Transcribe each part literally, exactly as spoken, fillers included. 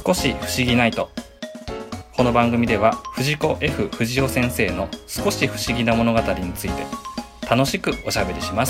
少し不思議ないと。この番組では藤子 F 不二雄先生の少し不思議な物語について楽しくおしゃべりします。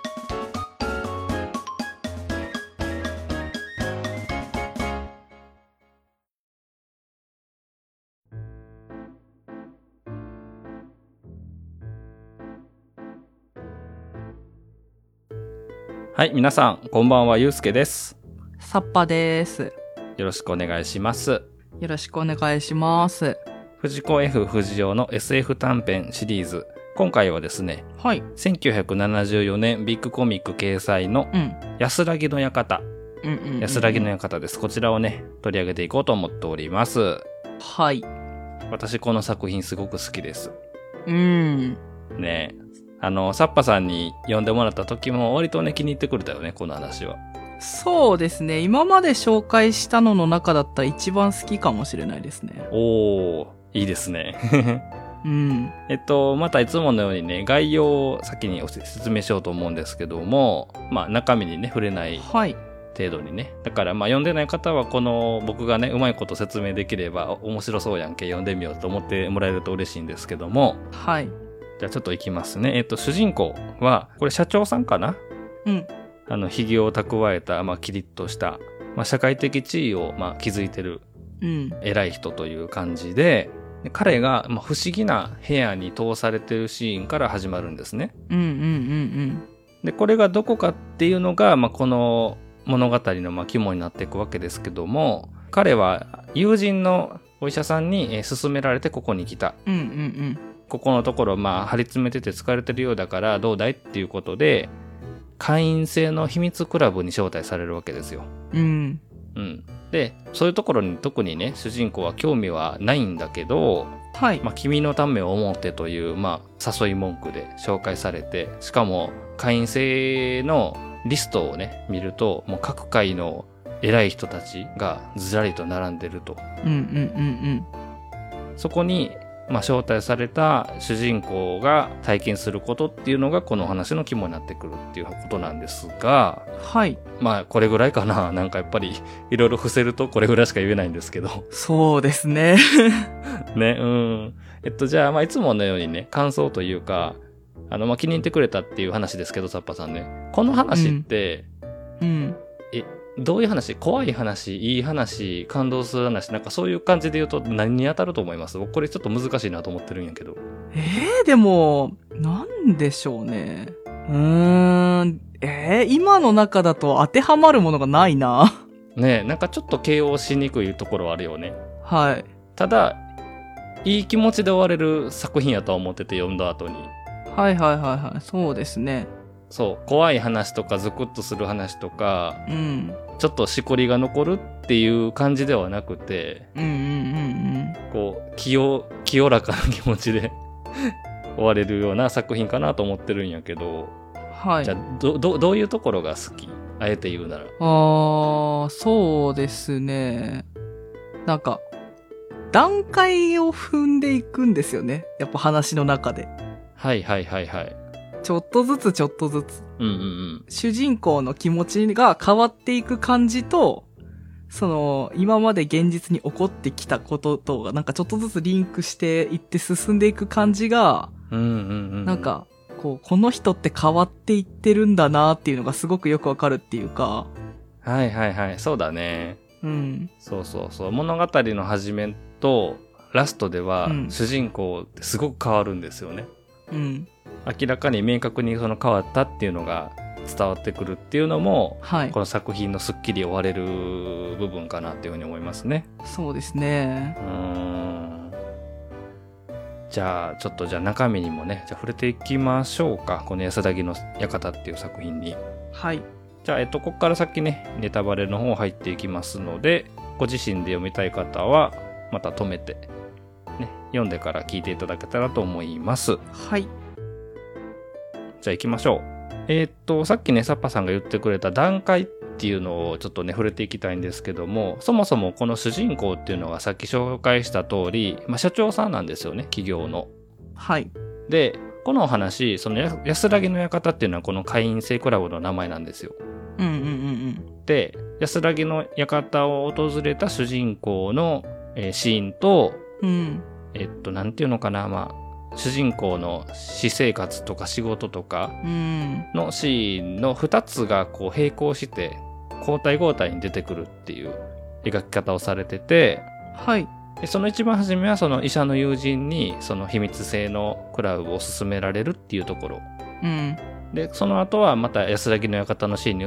はい、皆さんこんばんは、ゆうすけです。 さっぱです。 よろしくお願いします。 よろしくお願いします。 藤子 F 不二雄の エスエフ 短編シリーズ、今回はですね、 はい、 せんきゅうひゃくななじゅうよねんビッグコミック掲載の安らぎの館、うんうんうんうん、安らぎの館です。こちらをね取り上げていこうと思っております。 はい。 私この作品すごく好きです。 うんね、あのサッパさんに読んでもらった時も割とね気に入ってくれたよね、この話は。 そうですね、今まで紹介したのの中だったら一番好きかもしれないですね。 おー、いいですねうん、 えっとまたいつものようにね概要を先に説明しようと思うんですけども、まあ中身にね触れない程度にね、はい、だからまあ読んでない方はこの僕がねうまいこと説明できれば面白そうやんけ読んでみようと思ってもらえると嬉しいんですけども、 はい。 じゃあちょっといきますね。えっと主人公はこれ社長さんかな、 うん、 あのひげを蓄えた、まあ、キリッとした、まあ、社会的地位を、まあ、築いてる偉い人という感じで、で彼が、まあ、不思議な部屋に通されてるシーンから始まるんですね。 うんうんうんうん。 でこれがどこかっていうのが、まあ、この物語のまあ肝になっていくわけですけども、彼は友人のお医者さんに勧められてここに来た。 うんうんうん。 ここのところまあ張り詰めてて疲れてるようだからどうだいっていうことで会員制の秘密クラブに招待されるわけですよ。 うん。 うん。で、そういうところに特にね、主人公は興味はないんだけど、 はい。 まあ、君のためを思ってという、まあ、誘い文句で紹介されて、しかも会員制のリストをね、見ると、もう各会の偉い人たちがずらりと並んでると。 うんうんうんうん。 そこに、まあ、招待された主人公が体験することっていうのがこの話の肝になってくるっていうことなんですが、 はい。 まあこれぐらいかな。なんかやっぱりいろいろ伏せるとこれぐらいしか言えないんですけど。 そうですね。 ね、うん。えっとじゃあまあいつものようにね感想というか、あのまあ気に入ってくれたっていう話ですけど、サッパさんね。この話って、 うん、うん、 えどういう話？怖い話、いい話、感動する話、なんかそういう感じで言うと何に当たると思います？僕これちょっと難しいなと思ってるんやけど。 えー、でもなんでしょうね。うーん、えー、今の中だと当てはまるものがないな。 ねえ、なんかちょっと形容しにくいところはあるよね。 はい。 ただいい気持ちで終われる作品やと思ってて、読んだ後に。 はいはいはいはい、そうですね。 そう怖い話とかズクッとする話とか、 うん、 ちょっとしこりが残るっていう感じではなくて、 うんうんうんうん、 こう清清らかな気持ちで終われるような作品かなと思ってるんやけど、 はい。 じゃあどどどういうところが好き？あえて言うなら。 あー、そうですね。なんか段階を踏んでいくんですよね。やっぱ話の中で。 はいはいはいはい。 ちょっとずつちょっとずつ、 うんうんうん、 主人公の気持ちが変わっていく感じと、その今まで現実に起こってきたこととがなんかちょっとずつリンクしていって進んでいく感じが、 うんうんうん、 なんかこうこの人って変わっていってるんだなっていうのがすごくよくわかるっていうか。 はいはいはい、そうだね。 うん。 そうそうそう、物語の始めとラストでは、うん、主人公ってすごく変わるんですよね。 うん。 明らかに明確にその変わったっていうのが伝わってくるっていうのも、 はい、 この作品のすっきり終われる部分かなっていうふうに思いますね。 そうですね。 うーん。じゃあちょっとじゃあ中身にもね、じゃあ触れていきましょうか。この安らぎの館っていう作品に。 はい。 じゃあえっとここから先ねネタバレの方入っていきますので、ご自身で読みたい方はまた止めてね読んでから聞いていただけたらと思います。 はい。 じゃあ行きましょう。えー、っとさっきねサッパさんが言ってくれた段階っていうのをちょっとね触れていきたいんですけども、そもそもこの主人公っていうのがさっき紹介した通り、まあ、社長さんなんですよね、企業の。 はい。 でこのお話、その安らぎの館っていうのはこの会員制クラブの名前なんですよ。 うんうんうんうん。 で安らぎの館を訪れた主人公の、えー、シーンと、 うん、 えっと、なんていうのかな、まあ、主人公の私生活とか仕事とかのシーンのふたつがこう並行して交代交代に出てくるっていう描き方をされてて、 はい。 でその一番初めはその医者の友人にその秘密性のクラブを勧められるっていうところ。 うん。 で、その後はまた安らぎの館のシーンに移って、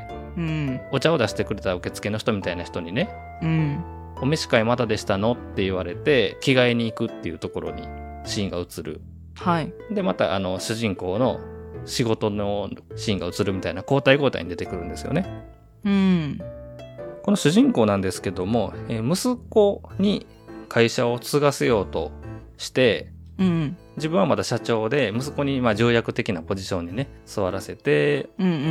うん、 お茶を出してくれた受付の人みたいな人にね、 うん、 お召し替えまだでしたのって言われて、着替えに行くっていうところにシーンが映る。 はい。 で、またあの、主人公の仕事のシーンが映るみたいな交代交代に出てくるんですよね。 うん。 この主人公なんですけども、えー、息子に会社を継がせようとして、 うん、 自分はまだ社長で、息子にまあ重役的なポジションにね、座らせて、 うんうんうんうん、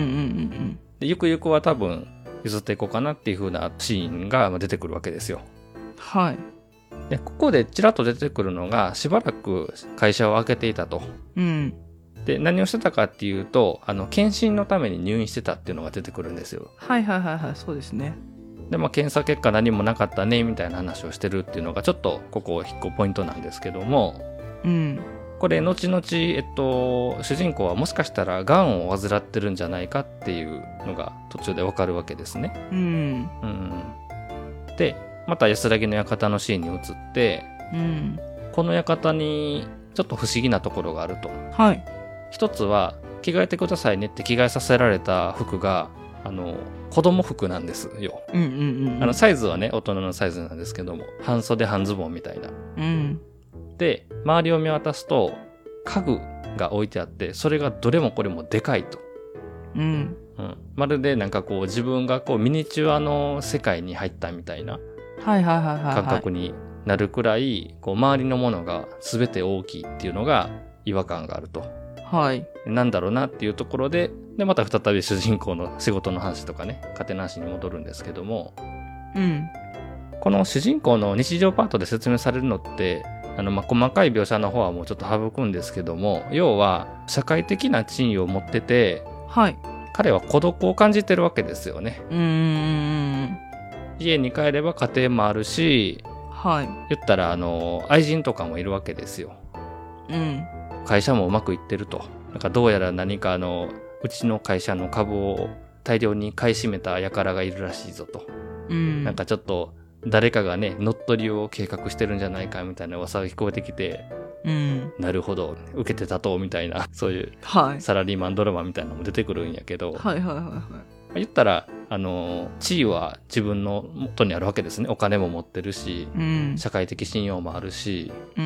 でゆくゆくは多分譲っていこうかなっていう風なシーンが出てくるわけですよ。 はい。 で、ここでちらっと出てくるのが、しばらく会社を開けていたと。 うん。 で、何をしてたかっていうと、あの、検診のために入院してたっていうのが出てくるんですよ。 はいはいはいはい、そうですね。 で、まあ、検査結果何もなかったね、みたいな話をしてるっていうのが、ちょっと、ここ、一個ポイントなんですけども、 うん。 これ、後々、えっと、主人公はもしかしたら、癌を患ってるんじゃないかっていうのが、途中でわかるわけですね。 うん。 うん。で、また安らぎの館のシーンに移って、 うん。 この館に、ちょっと不思議なところがあると。 はい。 一つは、着替えてくださいねって着替えさせられた服が、あの、子供服なんですよ。 うんうんうん。 あの、サイズはね、大人のサイズなんですけども、半袖半ズボンみたいな。 うん。 で、周りを見渡すと、家具が置いてあって、それがどれもこれもでかいと。 うん。 うん。まるでなんかこう、自分がこう、ミニチュアの世界に入ったみたいなはいはいはいはい。 感覚になるくらい、こう、周りのものが全て大きいっていうのが違和感があると。 はい。 なんだろうなっていうところで、で、また再び主人公の仕事の話とかね、家庭の話に戻るんですけども、 うん。 この主人公の日常パートで説明されるのって、あの、まあ、細かい描写の方はもうちょっと省くんですけども、要は、社会的な地位を持ってて、 はい。 彼は孤独を感じてるわけですよね。 うーん。 家に帰れば家庭もあるし、 はい。 言ったら、あの、愛人とかもいるわけですよ。 うん。 会社もうまくいってると。なんかどうやら何かあの、うちの会社の株を大量に買い占めた輩がいるらしいぞと。 うん。 なんかちょっと誰かがね、乗っ取りを計画してるんじゃないかみたいな噂が聞こえてきて、 うん。 なるほど、受けて立とうみたいな、そういうはい。 サラリーマンドラマみたいなのも出てくるんやけど、 はいはいはいはい。 言ったら、あの、地位は自分の元にあるわけですね。お金も持ってるし、 うん。 社会的信用もあるし、 うん。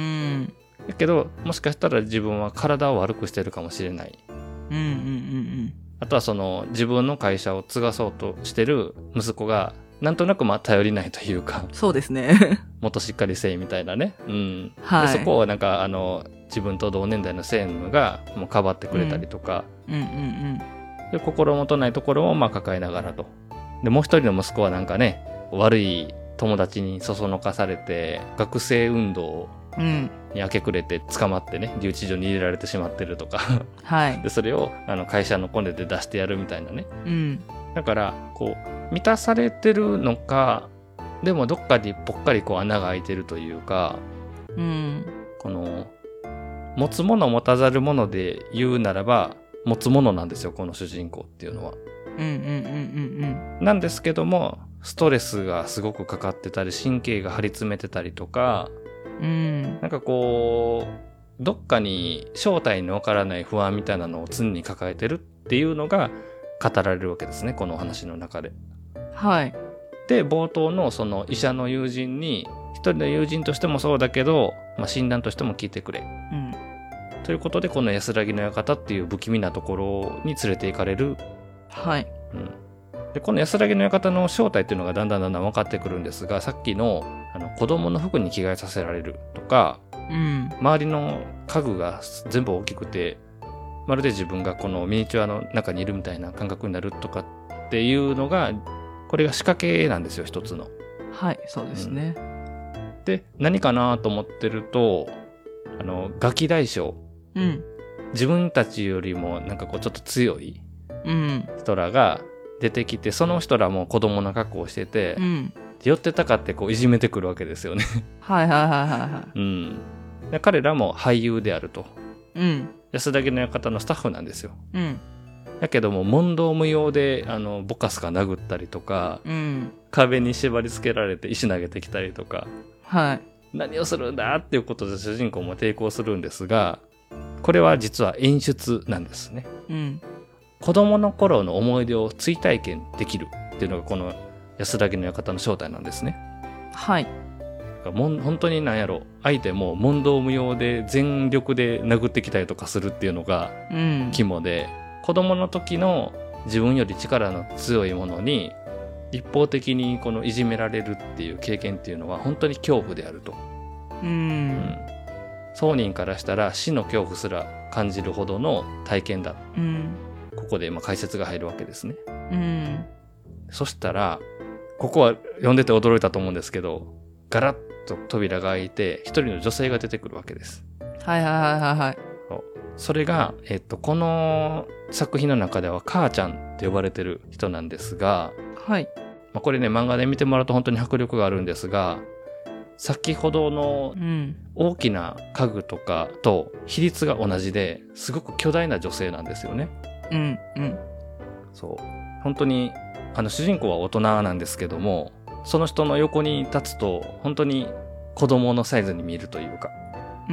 だけど、もしかしたら自分は体を悪くしてるかもしれない。 うんうんうんあとはその自分の会社を継がそうとしてる息子がなんとなくまあ頼りないというか、 そうですね。 もっとしっかりせいみたいなね。うん。 はい。 でそこをなんかあの自分と同年代の専務がもうかばってくれたりとか、 うんうんうんで心もとないところもまあ抱えながらと。でもう一人の息子はなんかね、悪い友達にそそのかされて学生運動うんに明け暮れて捕まってね、留置所に入れられてしまってるとかはいでそれをあの会社のコネで出してやるみたいなね。 うんだからこう満たされてるのか、でもどっかにぽっかりこう穴が開いてるというか、 うんこの持つもの持たざるもので言うならば持つものなんですよ、この主人公っていうのは。 うんうんうんうんなんですけどもストレスがすごくかかってたり神経が張り詰めてたりとか、 うんなんかこうどっかに正体のわからない不安みたいなのを常に抱えてるっていうのが語られるわけですね、このお話の中で。 はいで冒頭のその医者の友人に、一人の友人としてもそうだけど、まあ、診断としても聞いてくれ、 うん、 ということでこの安らぎの館っていう不気味なところに連れて行かれる。 はいうん、でこの安らぎの館の正体っていうのがだんだんだんだん分かってくるんですが、さっきのあの子供の服に着替えさせられるとか、 うん周りの家具が全部大きくてまるで自分がこのミニチュアの中にいるみたいな感覚になるとかっていうのが、これが仕掛けなんですよ、一つの。 はいそうですね、 うん、で何かなと思ってると、あのガキ大将、 うん自分たちよりもなんかこうちょっと強いうん人らが出てきて、その人らも子供の格好をしてて、 うん、 寄ってたかってこういじめてくるわけですよね。 はいはいはいはいはい。 うん。で彼らも俳優であると。 うん。 安田家の館のスタッフなんですよ。 うん。 だけども問答無用であのボカスカ殴ったりとか、 うん、 壁に縛り付けられて石投げてきたりとか、 はい。 何をするんだっていうことで主人公も抵抗するんですが、これは実は演出なんですね。 うん。 子供の頃の思い出を追体験できるっていうのがこの安田家の館の正体なんですね。 はい。 もん本当に何やろ、相手も問答無用で全力で殴ってきたりとかするっていうのが肝で、うん、子供の時の自分より力の強いものに一方的にこのいじめられるっていう経験っていうのは本当に恐怖であると。 うん、うん、 当人からしたら死の恐怖すら感じるほどの体験だ、 うん、 ここでまあ解説が入るわけですね。 うん、 そしたらここは読んでて驚いたと思うんですけど、ガラッと扉が開いて一人の女性が出てくるわけです。 はいはいはいはいはい。 それが、えっと、この作品の中では母ちゃんって呼ばれてる人なんですが、 はい。 まあ、これね、漫画で見てもらうと本当に迫力があるんですが、先ほどの大きな家具とかと比率が同じで、すごく巨大な女性なんですよね。 うん、うん。 そう。本当に、あの、主人公は大人なんですけども、その人の横に立つと、本当に子供のサイズに見えるというか。 うん。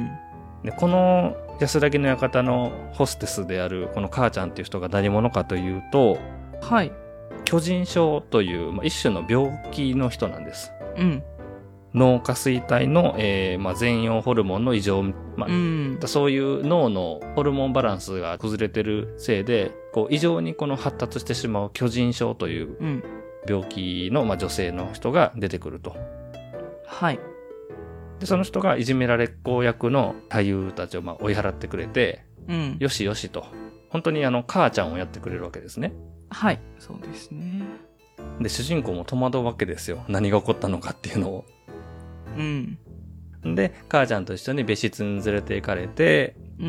で、この安田家の館のホステスであるこの母ちゃんっていう人が何者かというと、 はい。 巨人症という、まあ、一種の病気の人なんです。 うん。 脳下垂体の、えーまあ、全容ホルモンの異常、まあうん、そういう脳のホルモンバランスが崩れてるせいで、こう異常にこの発達してしまう巨人症という病気の、まあ、女性の人が出てくると。 はい。 で、その人がいじめられっ子役の俳優たちをまあ追い払ってくれて、 うん、 よしよしと。本当にあの、母ちゃんをやってくれるわけですね。 はい。そうですね。 で、主人公も戸惑うわけですよ。何が起こったのかっていうのを。 うん。 で、母ちゃんと一緒に別室に連れて行かれて、 うん。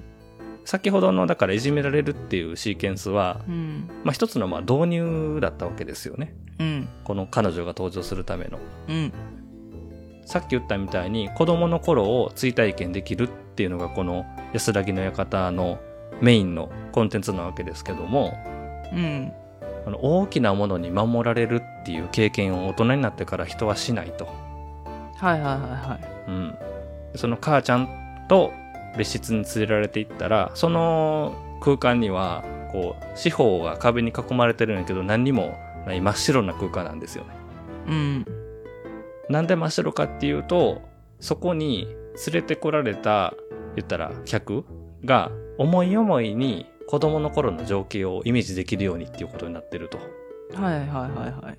先ほどの、だからいじめられるっていうシーケンスは、 うん、 まあ一つのまあ導入だったわけですよね。 うん。 この彼女が登場するための。 うん。 さっき言ったみたいに子供の頃を追体験できるっていうのがこの安らぎの館のメインのコンテンツなわけですけども、 うん。 あの大きなものに守られるっていう経験を大人になってから人はしないと。 はいはいはいはい。 うん。その母ちゃんと別室に連れられていったら、その空間には、こう、四方が壁に囲まれてるんやけど、何にもない真っ白な空間なんですよね。 うん。 なんで真っ白かっていうと、そこに連れてこられた、言ったら客が思い思いに子供の頃の情景をイメージできるようにっていうことになってると。 はいはいはいはい。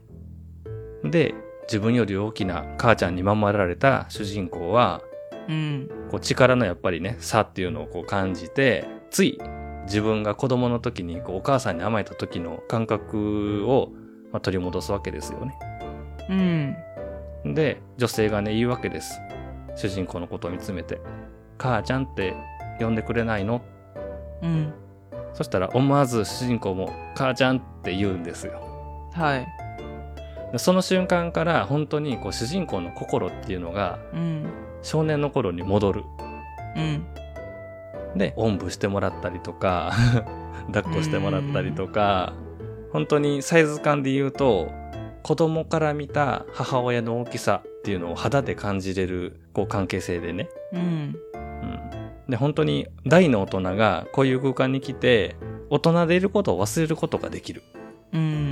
で、自分より大きな母ちゃんに守られた主人公は、 うん、 こう力のやっぱりね、差っていうのをこう感じて、つい自分が子供の時にこうお母さんに甘えた時の感覚を、まあ、取り戻すわけですよね。 うん。 で、女性がね、言うわけです。主人公のことを見つめて。母ちゃんって呼んでくれないの？ うん。 そしたら思わず主人公も母ちゃんって言うんですよ。 はい。 その瞬間から本当にこう主人公の心っていうのが、少年の頃に戻る。 うん。 で、おんぶしてもらったりとか、抱っこしてもらったりとか、本当にサイズ感で言うと、子供から見た母親の大きさっていうのを肌で感じれるこう関係性でね。 うん。うん。 で、本当に大の大人がこういう空間に来て、大人でいることを忘れることができる。 うんうんうんうん。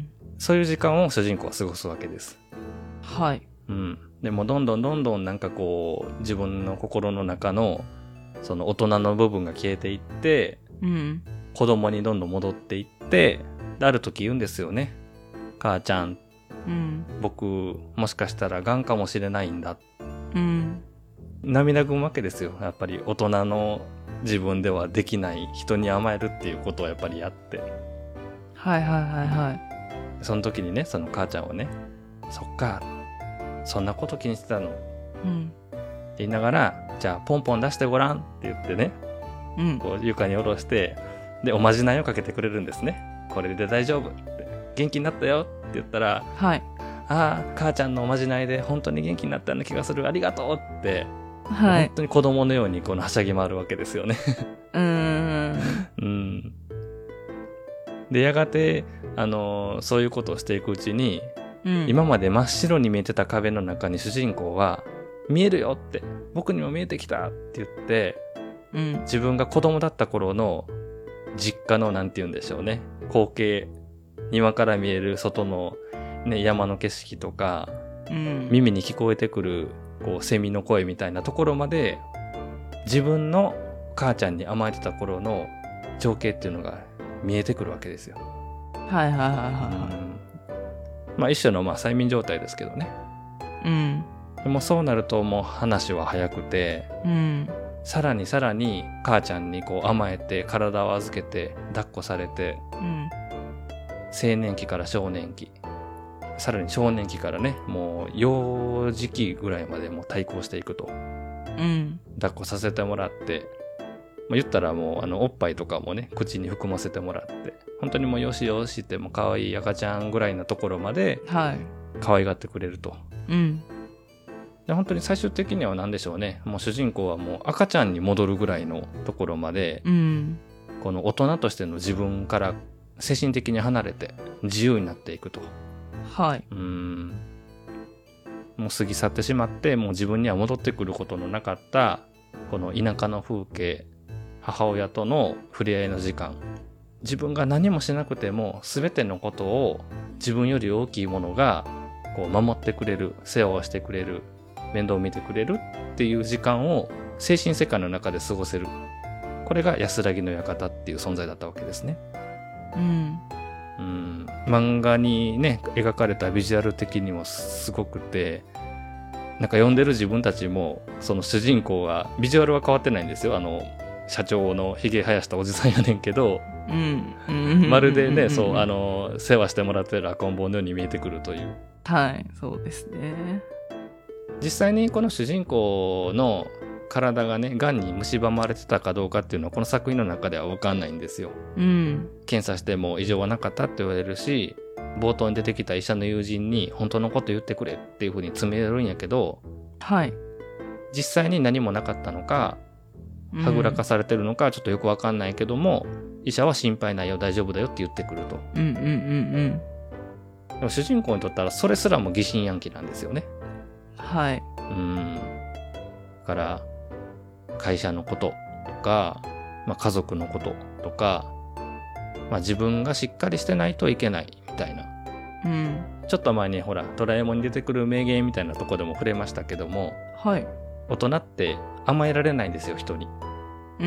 そういう時間を主人公は過ごすわけです。 はい。 うん。でもどんどんどんどんなんかこう、自分の心の中のその大人の部分が消えていって、 うん、 子供にどんどん戻っていって、ある時言うんですよね。母ちゃん、 うん、 僕もしかしたら癌かもしれないんだ。 うん、 涙ぐむわけですよ。やっぱり大人の自分ではできない人に甘えるっていうことをやっぱりやって。 はいはいはいはい。 その時にね、その母ちゃんをね、そっか、そんなこと気にしてたの。 うん。 って言いながら、じゃあポンポン出してごらんって言ってね、 うん、 こう床に下ろして、で、おまじないをかけてくれるんですね。 これで大丈夫って、元気になったよって言ったら、 はい。 ああ、母ちゃんのおまじないで本当に元気になったような気がする、ありがとうって、 はい。 本当に子供のようにこのはしゃぎ回るわけですよね。 うーん。 うん。で、やがて、あのー、そういうことをしていくうちに、うん、今まで真っ白に見えてた壁の中に主人公は、見えるよって、僕にも見えてきたって言って、うん、自分が子供だった頃の実家のなんて言うんでしょうね、光景、庭から見える外の、ね、山の景色とか、うん、耳に聞こえてくるこうセミの声みたいなところまで自分の母ちゃんに甘えてた頃の情景っていうのが見えてくるわけですよ。 はいはいはいはい、 うん、まあ一種のまあ催眠状態ですけどね。うん。でもそうなるともう話は早くて、うん、さらにさらに母ちゃんにこう甘えて体を預けて抱っこされて、うん、青年期から少年期、さらに少年期からね、もう幼児期ぐらいまでもう対抗していくと、うん、抱っこさせてもらって、まあ、言ったらもうあのおっぱいとかもね口に含ませてもらって、本当にもうよしよしってもう可愛い赤ちゃんぐらいのところまで可愛がってくれると、はい、うん、で本当に最終的には何でしょうね、もう主人公はもう赤ちゃんに戻るぐらいのところまで、うん、この大人としての自分から精神的に離れて自由になっていくと。はい。うーん。もう過ぎ去ってしまって、もう自分には戻ってくることのなかった、この田舎の風景、母親との触れ合いの時間。自分が何もしなくても、全てのことを自分より大きいものが、こう守ってくれる、世話をしてくれる、面倒を見てくれるっていう時間を精神世界の中で過ごせる。これが安らぎの館っていう存在だったわけですね。うん。うん、漫画にね描かれたビジュアル的にもすごくて、なんか読んでる自分たちもその主人公がビジュアルは変わってないんですよ。あの社長のひげ生やしたおじさんやねんけど、うん、まるでね、そうあの世話してもらってる赤ん坊のように見えてくるという。 はい、そうですね。 実際にこの主人公の体がね、癌に蝕まれてたかどうかっていうのはこの作品の中では分かんないんですよ。うん。検査しても異常はなかったって言われるし、冒頭に出てきた医者の友人に本当のこと言ってくれっていう風に詰めるんやけど、はい。実際に何もなかったのか、はぐらかされてるのかちょっとよく分かんないけども、医者は心配ないよ、大丈夫だよって言ってくると。うんうんうんうん。でも主人公にとったらそれすらも疑心暗鬼なんですよね。はい。うん。だから、会社のこととか、まあ、家族のこととか、まあ、自分がしっかりしてないといけないみたいな、うん、ちょっと前にほらドラえもんに出てくる名言みたいなとこでも触れましたけども、はい、大人って甘えられないんですよ、人に。うん、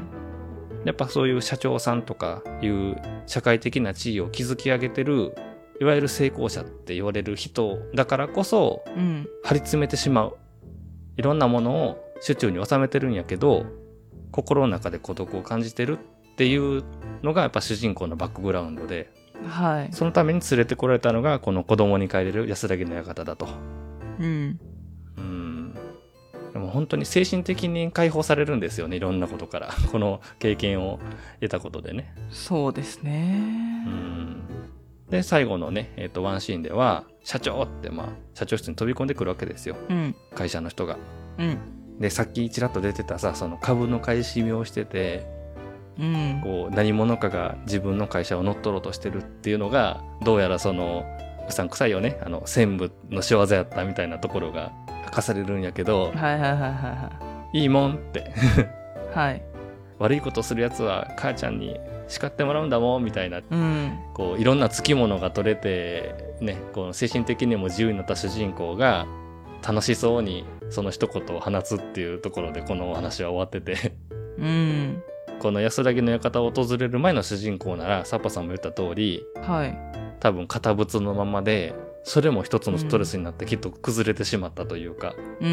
やっぱそういう社長さんとかいう社会的な地位を築き上げてるいわゆる成功者って言われる人だからこそ、うん、張り詰めてしまう、いろんなものを手中に収めてるんやけど心の中で孤独を感じてるっていうのがやっぱ主人公のバックグラウンドで、はい、そのために連れてこられたのがこの子供に帰れる安らぎの館だと。うん、うん。でも本当に精神的に解放されるんですよね、いろんなことからこの経験を得たことでね。 そうですね。 うん。で最後のね、えーと、ワンシーンでは社長ってまあ社長室に飛び込んでくるわけですよ、うん、会社の人が。うん。でさっきちらっと出てたさ、その株の買い占めをしてて、うん、こう何者かが自分の会社を乗っ取ろうとしてるっていうのがどうやらそのうさんくさいよね、あの専務の仕業やったみたいなところが明かされるんやけど、はいはいはいはいはいいいもんってはい悪いことするやつは母ちゃんに叱ってもらうんだもんみたいな、うん、こういろんなつきものが取れてね、この精神的にも自由になった主人公が楽しそうにその一言を放つっていうところでこのお話は終わってて、うん、この安らぎの館を訪れる前の主人公ならサッパさんも言った通り、はい、多分堅物のままでそれも一つのストレスになってきっと崩れてしまったというか、うん、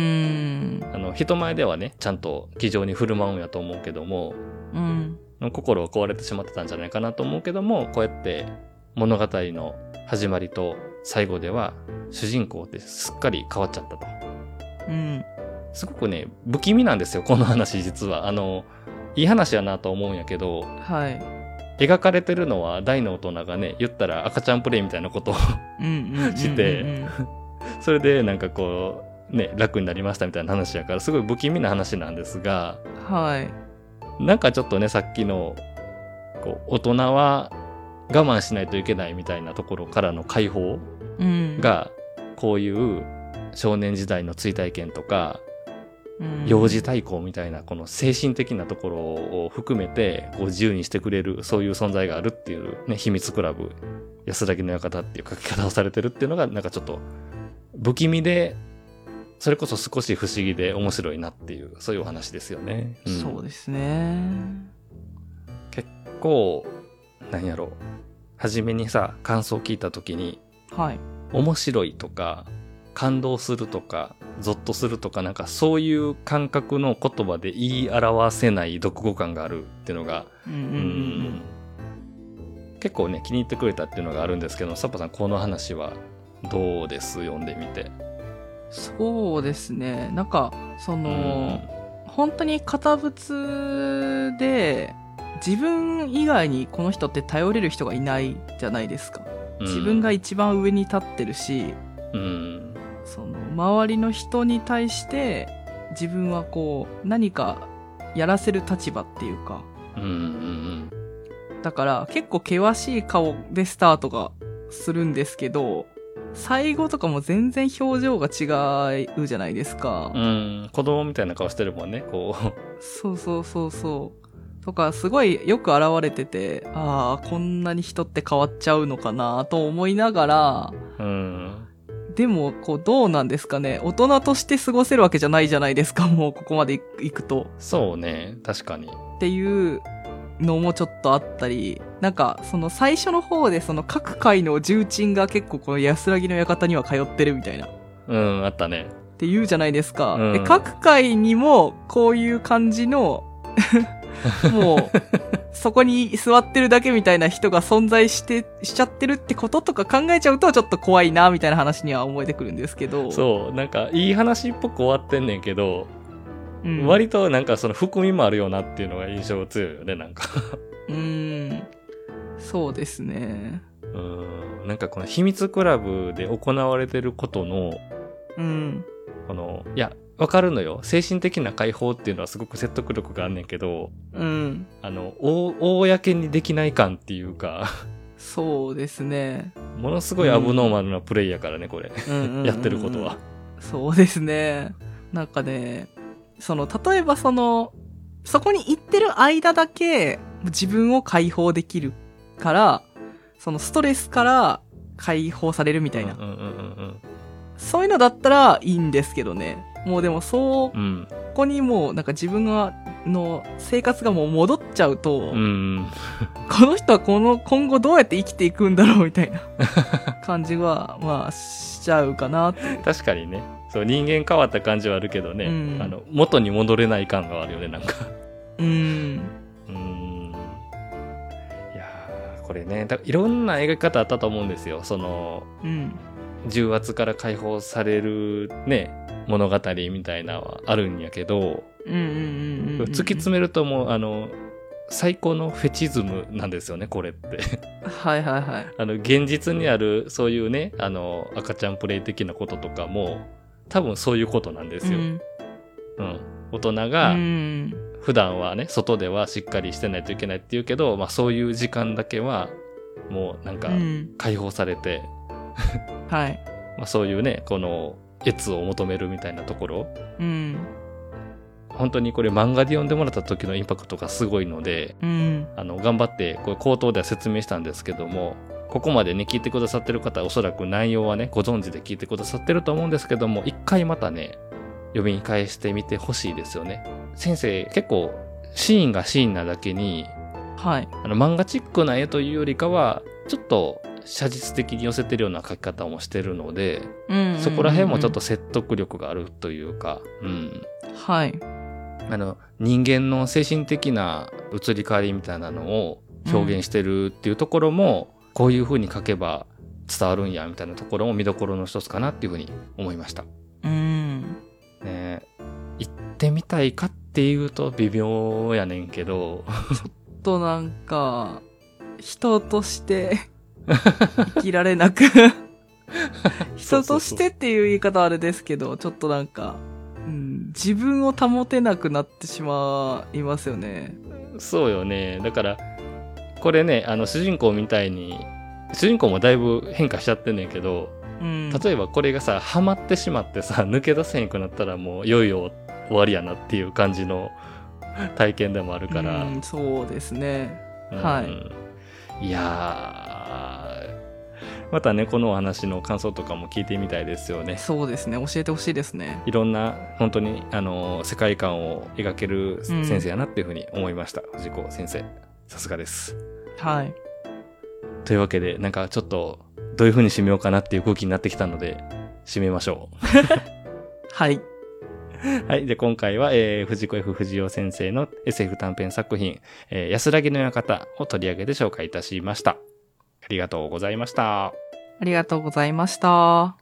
あの人前ではねちゃんと気丈に振る舞うんやと思うけども、うん、心を壊れてしまってたんじゃないかなと思うけども、こうやって物語の始まりと最後では主人公ってすっかり変わっちゃったと。うん、すごくね不気味なんですよこの話実は。あのいい話やなと思うんやけど、はい、 描かれてるのは大の大人がね、言ったら赤ちゃんプレイみたいなことをしてそれでなんかこうね楽になりましたみたいな話やからすごい不気味な話なんですが、 はい、 なんかちょっとねさっきのこう大人は我慢しないといけないみたいなところからの解放が、うん、こういう少年時代の追体験とか、うん、幼児対抗みたいなこの精神的なところを含めてこう自由にしてくれるそういう存在があるっていうね、秘密クラブ安らぎの館っていう書き方をされてるっていうのがなんかちょっと不気味でそれこそ少し不思議で面白いなっていうそういうお話ですよね、 うん、そうですね。 結構何やろう初めにさ感想を聞いた時に、 はい、 面白いとか感動するとかゾッとするとかなんかそういう感覚の言葉で言い表せない読後感があるっていうのが、うんうんうんうん、結構ね気に入ってくれたっていうのがあるんですけど、サッパさんこの話はどうです？読んでみて。 そうですね、なんかその、うん、本当に堅物で自分以外にこの人って頼れる人がいないじゃないですか、うん、自分が一番上に立ってるし、うん、その周りの人に対して自分はこう何かやらせる立場っていうか、うんうんうん、だから結構険しい顔でスタートがするんですけど、最後とかも全然表情が違うじゃないですか。 うん、子供みたいな顔してるもんね、こう。 そうそうそうそう。とかすごいよく現れてて、ああこんなに人って変わっちゃうのかなと思いながら、うん。でもこうどうなんですかね。大人として過ごせるわけじゃないじゃないですか。もうここまで行くと。 そうね、確かに。 っていうのもちょっとあったり、なんかその最初の方でその各界の重鎮が結構この安らぎの館には通ってるみたいな。 うん、あったね。 って言うじゃないですか。 うん、 で各界にもこういう感じのもうそこに座ってるだけみたいな人が存在してしちゃってるってこととか考えちゃうとちょっと怖いなみたいな話には思えてくるんですけど。 そうなんかいい話っぽく終わってんねんけど、うん、割となんかその含みもあるよなっていうのが印象強いよね、なんかうーん、そうですね。 うーん、なんかこの秘密クラブで行われてることの、 うん、 このいやわかるのよ、精神的な解放っていうのはすごく説得力があんねんけど、 うん、 あの公にできない感っていうかそうですね。 ものすごいアブノーマルなプレイやからね、これ、うん、やってることは。 そうですね。なんかね、その例えばそのそこに行ってる間だけ自分を解放できるから、そのストレスから解放されるみたいな、うんうんうんうん、そういうのだったらいいんですけどね。もうでもそう、うん、ここにもうなんか自分がの生活がもう戻っちゃうと、うん、この人はこの今後どうやって生きていくんだろうみたいな感じはまあしちゃうかなって。 確かにね、そう人間変わった感じはあるけどね、うん、あの元に戻れない感があるよね、なんかうーんうーんいやーこれね、だいろんな描き方あったと思うんですよ。その、うん、重圧から解放されるね物語みたいなのはあるんやけど、突き詰めるともうあの最高のフェチズムなんですよね、これってはいはいはい。 あの現実にあるそういうね、あの赤ちゃんプレイ的なこととかも多分そういうことなんですよ、うんうん、大人が普段はね外ではしっかりしてないといけないって言うけど、まあ、そういう時間だけはもうなんか解放されて、 うん、はい、 まあそういうねこの越を求めるみたいなところ、うん、本当にこれ漫画で読んでもらった時のインパクトがすごいので、うん、あの頑張ってこれ口頭では説明したんですけども、ここまでね聞いてくださってる方はおそらく内容はねご存知で聞いてくださってると思うんですけども、一回またね読み返してみてほしいですよね。先生結構シーンがシーンなだけに、 はい、 あの漫画チックな絵というよりかはちょっと写実的に寄せてるような描き方もしてるので、うんうんうんうん、そこら辺もちょっと説得力があるというか、うん、 はい、 あの人間の精神的な移り変わりみたいなのを表現してるっていうところも、うん、こういう風に描けば伝わるんやみたいなところも見どころの一つかなっていう風に思いました。 うん、 ね、行ってみたいかっていうと微妙やねんけどちょっとなんか人として生きられなく人としてっていう言い方はあれですけど、ちょっとなんか、うん、自分を保てなくなってしまいますよね。 そうよね。だからこれね、あの主人公みたいに、主人公もだいぶ変化しちゃってんねんけど、うん、例えばこれがさハマってしまってさ抜け出せへんくなったらもういよいよ終わりやなっていう感じの体験でもあるから、 うん、そうですね、うん、はい。いやー、またねこのお話の感想とかも聞いてみたいですよね。 そうですね、教えてほしいですね。 いろんな本当にあの世界観を描ける先生やなっていうふうに思いました、うん、藤子先生さすがです。 はい。 というわけでなんかちょっとどういう風に締めようかなっていう空気になってきたので締めましょう。 はいはい。で今回は、えー、藤子 F 不二雄先生の エスエフ 短編作品、えー、安らぎの館を取り上げて紹介いたしました。ありがとうございました。 ありがとうございました。